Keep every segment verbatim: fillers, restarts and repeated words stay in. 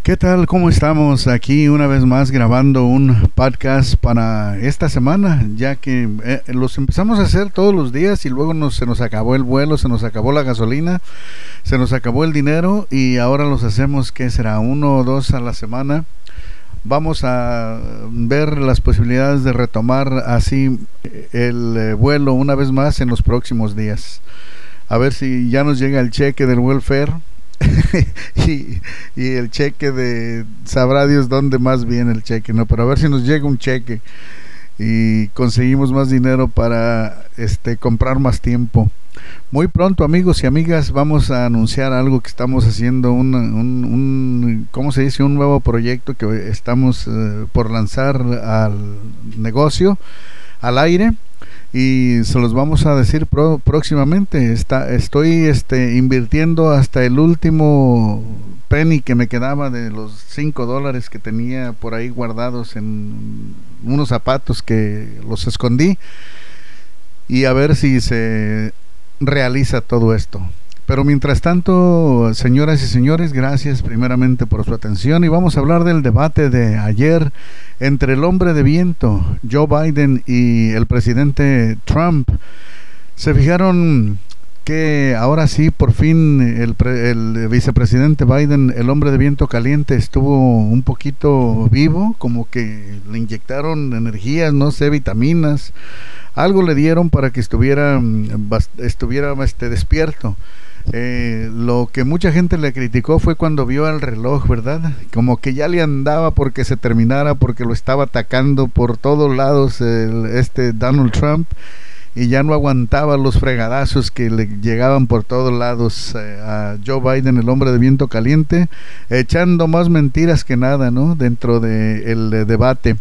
¿Qué tal? ¿Cómo estamos? Aquí una vez más grabando un podcast para esta semana, ya que eh, los empezamos a hacer todos los días y luego nos, se nos acabó el vuelo, se nos acabó la gasolina, se nos acabó el dinero y ahora los hacemos, ¿qué será? Uno o dos a la semana. Vamos a ver las posibilidades de retomar así el eh, vuelo una vez más en los próximos días. A ver si ya nos llega el cheque del welfare. y, y el cheque de sabrá Dios dónde más viene el cheque, no, pero a ver si nos llega un cheque y conseguimos más dinero para este comprar más tiempo. Muy pronto, amigos y amigas, vamos a anunciar algo que estamos haciendo, un, un, un ¿cómo se dice? Un nuevo proyecto que estamos uh, por lanzar al negocio, al aire. Y se los vamos a decir pro, próximamente. Está, estoy este, invirtiendo hasta el último penny que me quedaba de los cinco dólares que tenía por ahí guardados en unos zapatos que los escondí, y a ver si se realiza todo esto. Pero mientras tanto, señoras y señores, gracias primeramente por su atención y vamos a hablar del debate de ayer entre el hombre de viento, Joe Biden, y el presidente Trump. Se fijaron que ahora sí, por fin, el, pre, el vicepresidente Biden, el hombre de viento caliente, estuvo un poquito vivo, como que le inyectaron energías, no sé, vitaminas, algo le dieron para que estuviera, estuviera este, despierto. Eh, lo que mucha gente le criticó fue cuando vio el reloj, ¿verdad? Como que ya le andaba porque se terminara, porque lo estaba atacando por todos lados el, este Donald Trump, y ya no aguantaba los fregadazos que le llegaban por todos lados eh, a Joe Biden, el hombre de viento caliente, echando más mentiras que nada, ¿no? Dentro del de debate.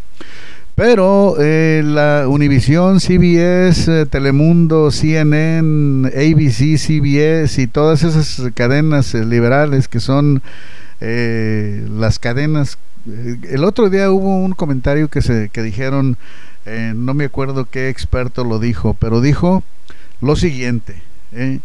Pero eh, la Univision, C B S, eh, Telemundo, C N N, A B C, C B S y todas esas cadenas eh, liberales que son eh, las cadenas. Eh, el otro día hubo un comentario que se que dijeron, eh, no me acuerdo qué experto lo dijo, pero dijo lo siguiente: eh,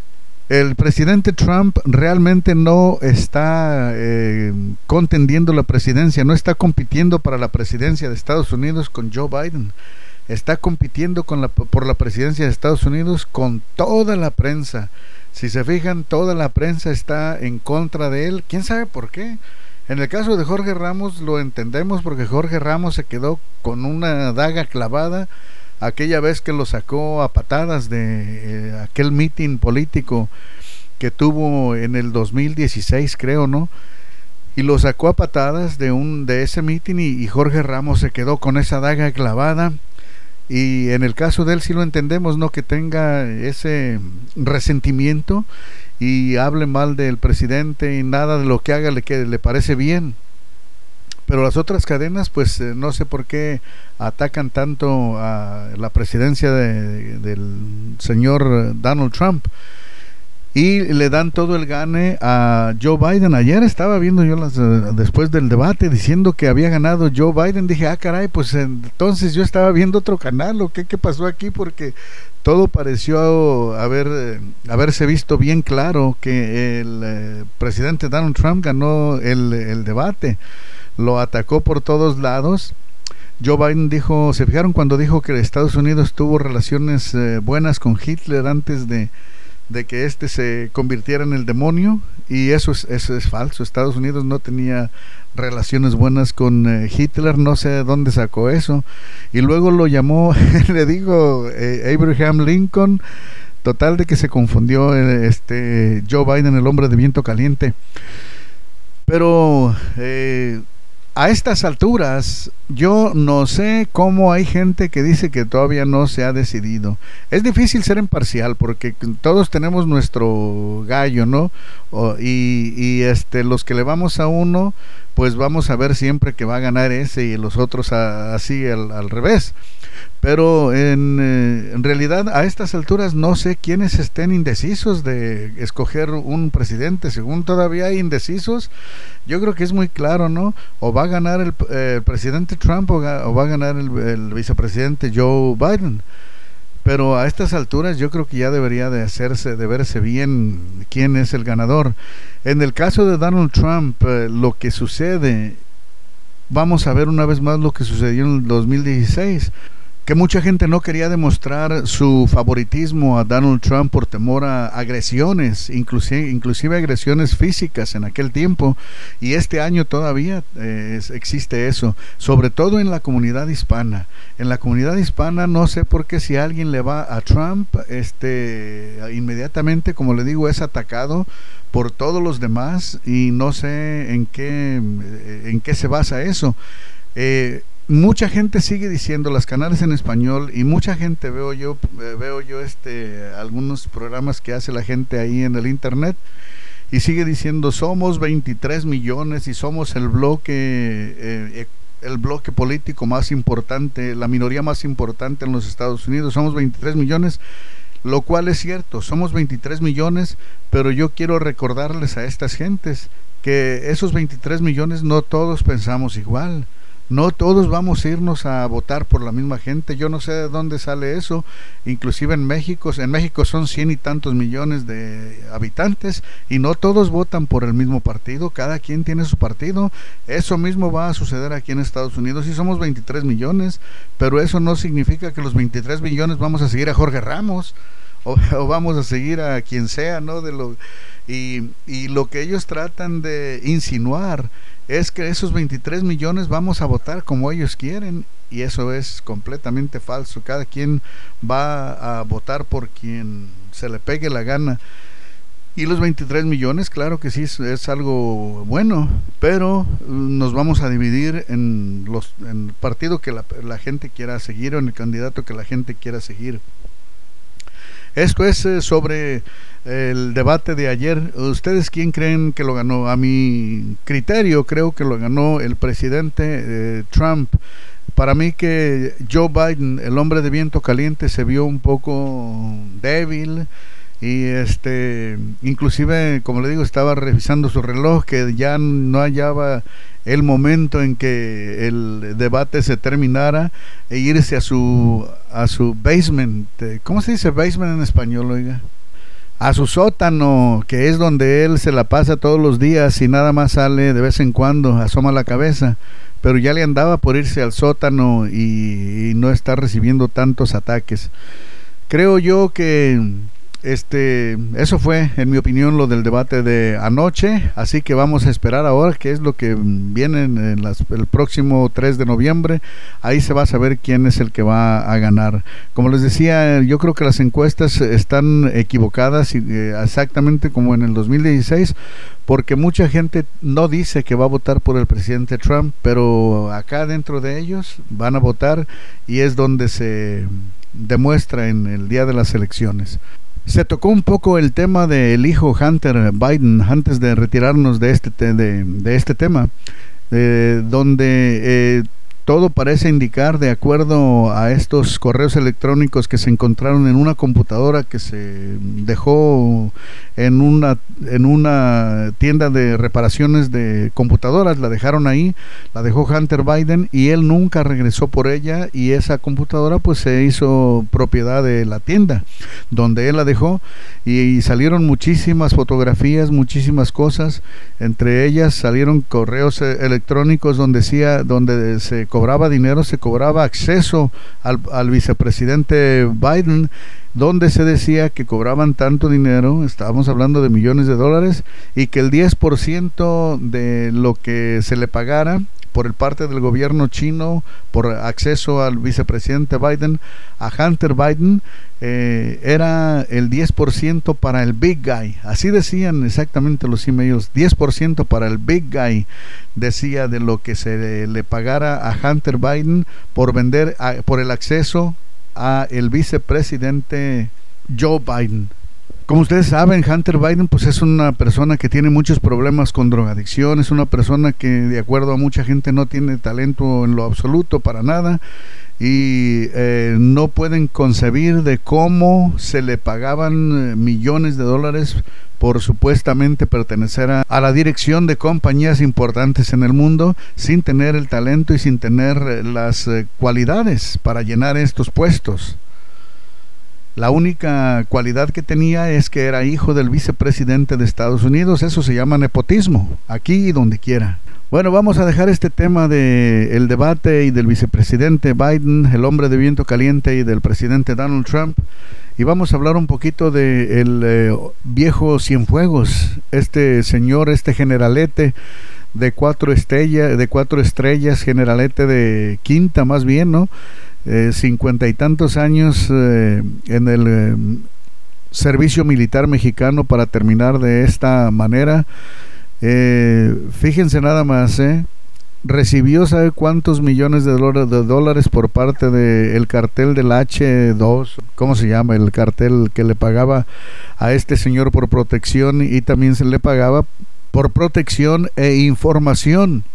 el presidente Trump realmente no está eh, contendiendo la presidencia, no está compitiendo para la presidencia de Estados Unidos con Joe Biden. Está compitiendo con la, por la presidencia de Estados Unidos con toda la prensa. Si se fijan, toda la prensa está en contra de él. ¿Quién sabe por qué? En el caso de Jorge Ramos lo entendemos, porque Jorge Ramos se quedó con una daga clavada aquella vez que lo sacó a patadas de eh, aquel mitin político que tuvo en el dos mil dieciséis, creo, ¿no? Y lo sacó a patadas de un de ese mitin y, y Jorge Ramos se quedó con esa daga clavada. Y en el caso de él sí lo entendemos, ¿no? Que tenga ese resentimiento y hable mal del presidente y nada de lo que haga le, que le parece bien. Pero las otras cadenas, pues eh, no sé por qué atacan tanto a la presidencia de, de, del señor Donald Trump y le dan todo el gane a Joe Biden. Ayer estaba viendo yo las, uh, después del debate diciendo que había ganado Joe Biden. Dije, ah caray, pues entonces yo estaba viendo otro canal o qué, qué pasó aquí, porque todo pareció haber eh, haberse visto bien claro que el eh, presidente Donald Trump ganó el, el debate. Lo atacó por todos lados. Joe Biden dijo, ¿se fijaron cuando dijo que Estados Unidos tuvo relaciones eh, buenas con Hitler antes de, de que éste se convirtiera en el demonio? Y eso es, eso es falso. Estados Unidos no tenía relaciones buenas con eh, Hitler, no sé de dónde sacó eso. Y luego lo llamó, le dijo eh, Abraham Lincoln. Total de que se confundió eh, este Joe Biden, el hombre de viento caliente. Pero eh, a estas alturas yo no sé cómo hay gente que dice que todavía no se ha decidido. Es difícil ser imparcial porque todos tenemos nuestro gallo, ¿no? O, y, y este los que le vamos a uno, pues vamos a ver siempre que va a ganar ese y los otros a, así al, al revés. Pero en, eh, en realidad a estas alturas no sé quiénes estén indecisos de escoger un presidente. Según todavía hay indecisos, yo creo que es muy claro, ¿no? O va a ganar el eh, presidente Trump o, ga, o va a ganar el, el vicepresidente Joe Biden. pero a estas alturas yo creo que ya debería de hacerse, de verse bien quién es el ganador. En el caso de Donald Trump, eh, lo que sucede, vamos a ver una vez más lo que sucedió en el dos mil dieciséis, que mucha gente no quería demostrar su favoritismo a Donald Trump por temor a agresiones, inclusive, inclusive agresiones físicas en aquel tiempo, y este año todavía eh, es, existe eso, sobre todo en la comunidad hispana. En la comunidad hispana no sé por qué si alguien le va a Trump, este, inmediatamente, como le digo, es atacado por todos los demás, y no sé en qué, en qué se basa eso. Eh, Mucha gente sigue diciendo, los canales en español, y mucha gente veo yo eh, veo yo este algunos programas que hace la gente ahí en el internet, y sigue diciendo somos veintitrés millones y somos el bloque eh, el bloque político más importante, la minoría más importante en los Estados Unidos, somos veintitrés millones, lo cual es cierto, somos veintitrés millones, pero yo quiero recordarles a estas gentes que esos veintitrés millones no todos pensamos igual. No todos vamos a irnos a votar por la misma gente. Yo no sé de dónde sale eso. Inclusive en México, en México son cien y tantos millones de habitantes y no todos votan por el mismo partido. Cada quien tiene su partido. Eso mismo va a suceder aquí en Estados Unidos. Sí somos veintitrés millones, pero eso no significa que los veintitrés millones vamos a seguir a Jorge Ramos o, o vamos a seguir a quien sea, ¿no? De lo, y, y lo que ellos tratan de insinuar es que esos veintitrés millones vamos a votar como ellos quieren, y eso es completamente falso. Cada quien va a votar por quien se le pegue la gana. Y los veintitrés millones, claro que sí, es, es algo bueno, pero nos vamos a dividir en, los, en el partido que la, la gente quiera seguir o en el candidato que la gente quiera seguir. Esto es eh, sobre el debate de ayer. ¿Ustedes quién creen que lo ganó? A mi criterio creo que lo ganó el presidente eh, Trump. Para mí que Joe Biden, el hombre de viento caliente, se vio un poco débil, y este inclusive, como le digo, estaba revisando su reloj, que ya no hallaba el momento en que el debate se terminara e irse a su a su basement. ¿Cómo se dice basement en español, oiga? A su sótano, que es donde él se la pasa todos los días y nada más sale de vez en cuando, asoma la cabeza, pero ya le andaba por irse al sótano y, y no está recibiendo tantos ataques. Creo yo que Este, eso fue, en mi opinión, lo del debate de anoche, así que vamos a esperar ahora qué es lo que viene en las, el próximo tres de noviembre. Ahí se va a saber quién es el que va a ganar. Como les decía, yo creo que las encuestas están equivocadas, eh, exactamente como en el dos mil dieciséis, porque mucha gente no dice que va a votar por el presidente Trump, pero acá dentro de ellos van a votar, y es donde se demuestra en el día de las elecciones. Se tocó un poco el tema del hijo Hunter Biden antes de retirarnos de este, te, de, de este tema, eh, donde eh, todo parece indicar, de acuerdo a estos correos electrónicos que se encontraron en una computadora que se dejó en una en una tienda de reparaciones de computadoras, la dejaron ahí, la dejó Hunter Biden y él nunca regresó por ella, y esa computadora pues se hizo propiedad de la tienda donde él la dejó, y, y salieron muchísimas fotografías, muchísimas cosas, entre ellas salieron correos electrónicos donde decía, donde se cobraba dinero, se cobraba acceso al, al vicepresidente Biden, donde se decía que cobraban tanto dinero, estábamos hablando de millones de dólares, y que el diez por ciento de lo que se le pagara por el parte del gobierno chino por acceso al vicepresidente Biden, a Hunter Biden, eh, era el diez por ciento para el big guy. Así decían exactamente los emails, diez por ciento para el big guy, decía, de lo que se le, le pagara a Hunter Biden por vender, a, por el acceso a el vicepresidente Joe Biden. Como ustedes saben, Hunter Biden pues es una persona que tiene muchos problemas con drogadicción, es una persona que, de acuerdo a mucha gente, no tiene talento en lo absoluto, para nada, y eh, no pueden concebir de cómo se le pagaban eh, millones de dólares por supuestamente pertenecer a, a la dirección de compañías importantes en el mundo, sin tener el talento y sin tener eh, las eh, cualidades para llenar estos puestos. La única cualidad que tenía es que era hijo del vicepresidente de Estados Unidos. Eso se llama nepotismo, aquí y donde quiera. Bueno, vamos a dejar este tema de el debate y del vicepresidente Biden, el hombre de viento caliente, y del presidente Donald Trump, y vamos a hablar un poquito de el eh, viejo Cienfuegos, este señor, este generalete de cuatro estrellas, de cuatro estrellas, generalete de quinta más bien, ¿no? Eh, cincuenta y tantos años eh, en el eh, servicio militar mexicano para terminar de esta manera. Eh, fíjense nada más, ¿eh? Recibió, ¿sabe cuántos millones de dólares, de dólares por parte del cartel del hache dos? ¿Cómo se llama? El cartel que le pagaba a este señor por protección, y también se le pagaba por protección e información.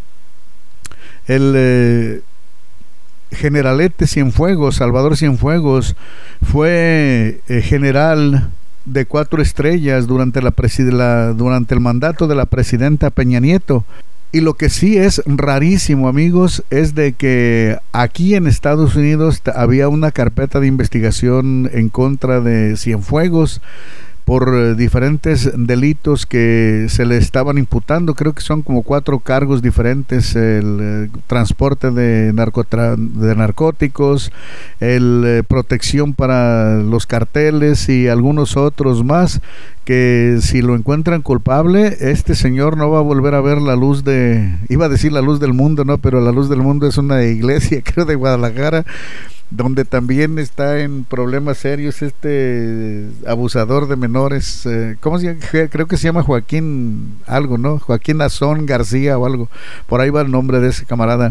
El eh, generalete Cienfuegos, Salvador Cienfuegos, fue eh, general de cuatro estrellas durante la, la durante el mandato de la presidenta Peña Nieto. Y lo que sí es rarísimo, amigos, es de que aquí en Estados Unidos había una carpeta de investigación en contra de Cienfuegos por diferentes delitos que se le estaban imputando. Creo que son como cuatro cargos diferentes: el eh, transporte de, narcotra de narcóticos, el eh, protección para los carteles y algunos otros más, que si lo encuentran culpable, este señor no va a volver a ver la luz de, iba a decir la luz del mundo, no, pero la luz del mundo es una iglesia, creo, de Guadalajara, donde también está en problemas serios este abusador de menores. Eh, ¿cómo se llama? Creo que se llama Joaquín algo, ¿no? Joaquín Azón García o algo. Por ahí va el nombre de ese camarada.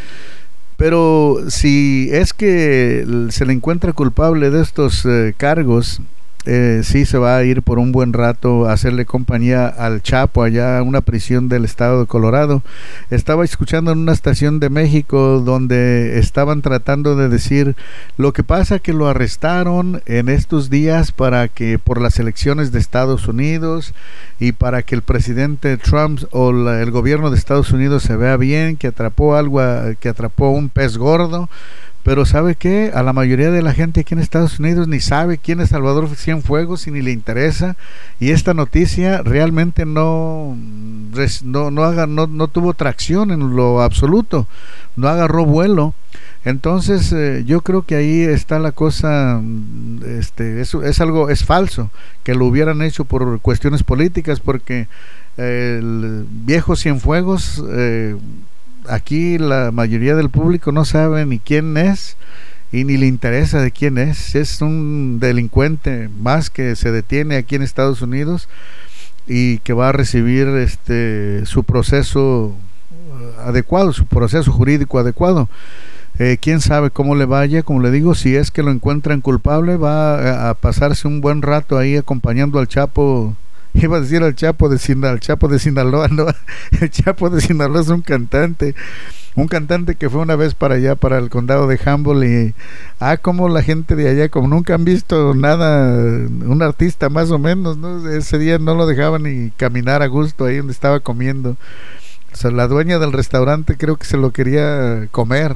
Pero si es que se le encuentra culpable de estos eh, cargos, Eh, sí se va a ir por un buen rato a hacerle compañía al Chapo allá a una prisión del estado de Colorado. Estaba escuchando en una estación de México donde estaban tratando de decir lo que pasa, que lo arrestaron en estos días para que por las elecciones de Estados Unidos y para que el presidente Trump o la, el gobierno de Estados Unidos se vea bien, que atrapó algo, que atrapó un pez gordo. Pero ¿sabe qué? A la mayoría de la gente aquí en Estados Unidos ni sabe quién es Salvador Cienfuegos y ni le interesa. Y esta noticia realmente no, no, no, haga, no, no tuvo tracción en lo absoluto. No agarró vuelo. Entonces eh, yo creo que ahí está la cosa. Este, es, es algo, es falso que lo hubieran hecho por cuestiones políticas, porque eh, el viejo Cienfuegos... Eh, aquí la mayoría del público no sabe ni quién es y ni le interesa de quién es. Es un delincuente más que se detiene aquí en Estados Unidos y que va a recibir este su proceso adecuado, su proceso jurídico adecuado. Eh, quién sabe cómo le vaya. Como le digo, si es que lo encuentran culpable, va a, a pasarse un buen rato ahí acompañando al Chapo. Iba a decir al Chapo de Sinaloa, al Chapo de Sinaloa, no, el Chapo de Sinaloa es un cantante, un cantante que fue una vez para allá, para el condado de Humboldt, y ah, como la gente de allá, como nunca han visto nada, un artista más o menos, ¿no? Ese día no lo dejaban ni caminar a gusto ahí donde estaba comiendo. O sea, la dueña del restaurante creo que se lo quería comer.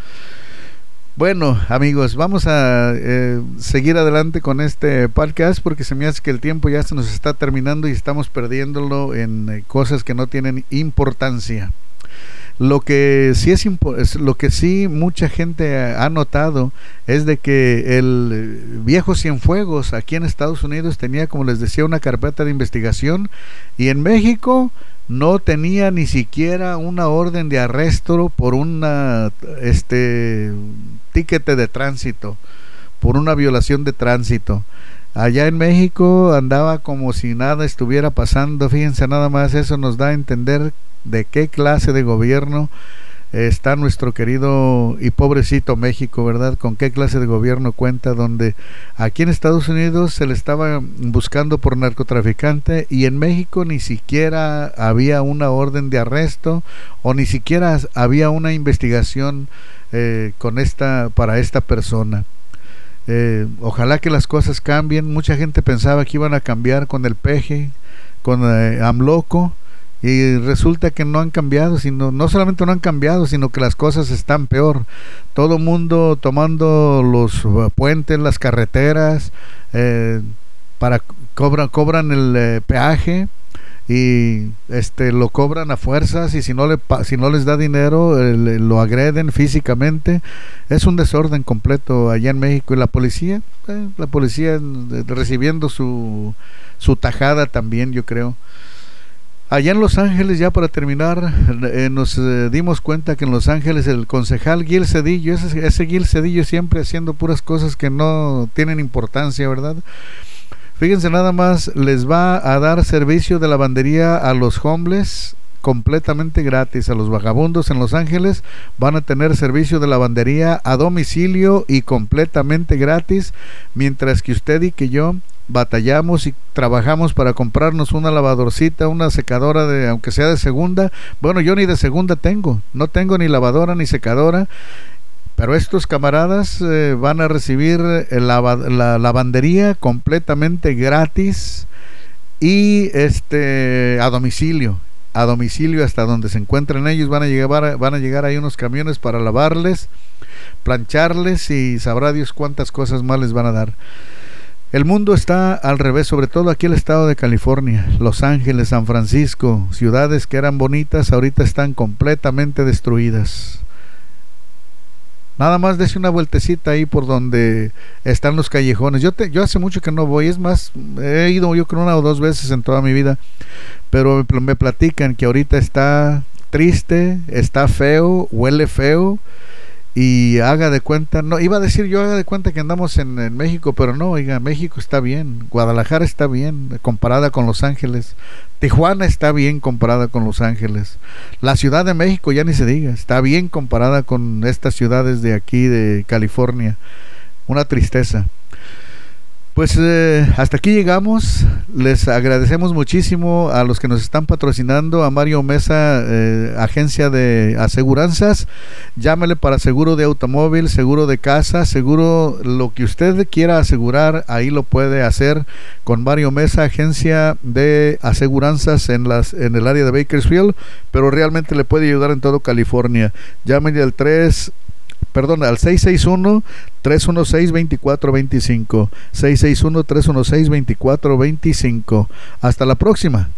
Bueno, amigos, vamos a eh, seguir adelante con este podcast, porque se me hace que el tiempo ya se nos está terminando y estamos perdiéndolo en eh, cosas que no tienen importancia. Lo que sí es, es lo que sí mucha gente ha notado es de que el viejo Cienfuegos aquí en Estados Unidos tenía, como les decía, una carpeta de investigación, y en México no tenía ni siquiera una orden de arresto por una este tiquete de tránsito, por una violación de tránsito. Allá en México andaba como si nada estuviera pasando. Fíjense nada más, eso nos da a entender de qué clase de gobierno está nuestro querido y pobrecito México, ¿verdad? Con qué clase de gobierno cuenta, donde aquí en Estados Unidos se le estaba buscando por narcotraficante y en México ni siquiera había una orden de arresto o ni siquiera había una investigación eh, con esta para esta persona. Eh, ojalá que las cosas cambien. Mucha gente pensaba que iban a cambiar con el peje, con eh, AMLOCO, y resulta que no han cambiado, sino no solamente no han cambiado, sino que las cosas están peor. Todo el mundo tomando los uh, puentes, las carreteras, eh, para cobran cobran el eh, peaje, y este lo cobran a fuerzas, y si no le si no les da dinero, eh, le, lo agreden físicamente. Es un desorden completo allá en México, y la policía eh, la policía eh, recibiendo su su tajada también, yo creo. Allá en Los Ángeles, ya para terminar, eh, nos eh, dimos cuenta que en Los Ángeles el concejal Gil Cedillo, ese, ese Gil Cedillo siempre haciendo puras cosas que no tienen importancia, ¿verdad? Fíjense nada más, les va a dar servicio de lavandería a los homeless completamente gratis. A los vagabundos en Los Ángeles van a tener servicio de lavandería a domicilio y completamente gratis, mientras que usted y que yo batallamos y trabajamos para comprarnos una lavadorcita, una secadora, de aunque sea de segunda. Bueno, yo ni de segunda tengo, no tengo ni lavadora ni secadora, pero estos camaradas eh, van a recibir el lava, la lavandería completamente gratis, y este a domicilio, a domicilio hasta donde se encuentren ellos. Van a llegar, van a llegar ahí unos camiones para lavarles, plancharles, y sabrá Dios cuántas cosas más les van a dar. El mundo está al revés, sobre todo aquí el estado de California, Los Ángeles, San Francisco, ciudades que eran bonitas, ahorita están completamente destruidas. Nada más dese una vueltecita ahí por donde están los callejones. Yo te, yo hace mucho que no voy, es más, he ido yo creo una o dos veces en toda mi vida, pero me, me platican que ahorita está triste, está feo, huele feo. Y haga de cuenta, no, iba a decir yo haga de cuenta que andamos en, en México, pero no, oiga, México está bien, Guadalajara está bien comparada con Los Ángeles, Tijuana está bien comparada con Los Ángeles, la Ciudad de México ya ni se diga, está bien comparada con estas ciudades de aquí de California. Una tristeza. Pues eh, hasta aquí llegamos. Les agradecemos muchísimo a los que nos están patrocinando, a Mario Mesa, eh, agencia de aseguranzas. Llámele para seguro de automóvil, seguro de casa, seguro lo que usted quiera asegurar, ahí lo puede hacer con Mario Mesa, agencia de aseguranzas en las en el área de Bakersfield, pero realmente le puede ayudar en todo California. Llámele al tres Perdón, al seis seis uno, tres uno seis, dos cuatro dos cinco. seis seis uno, tres uno seis, dos cuatro dos cinco. Hasta la próxima.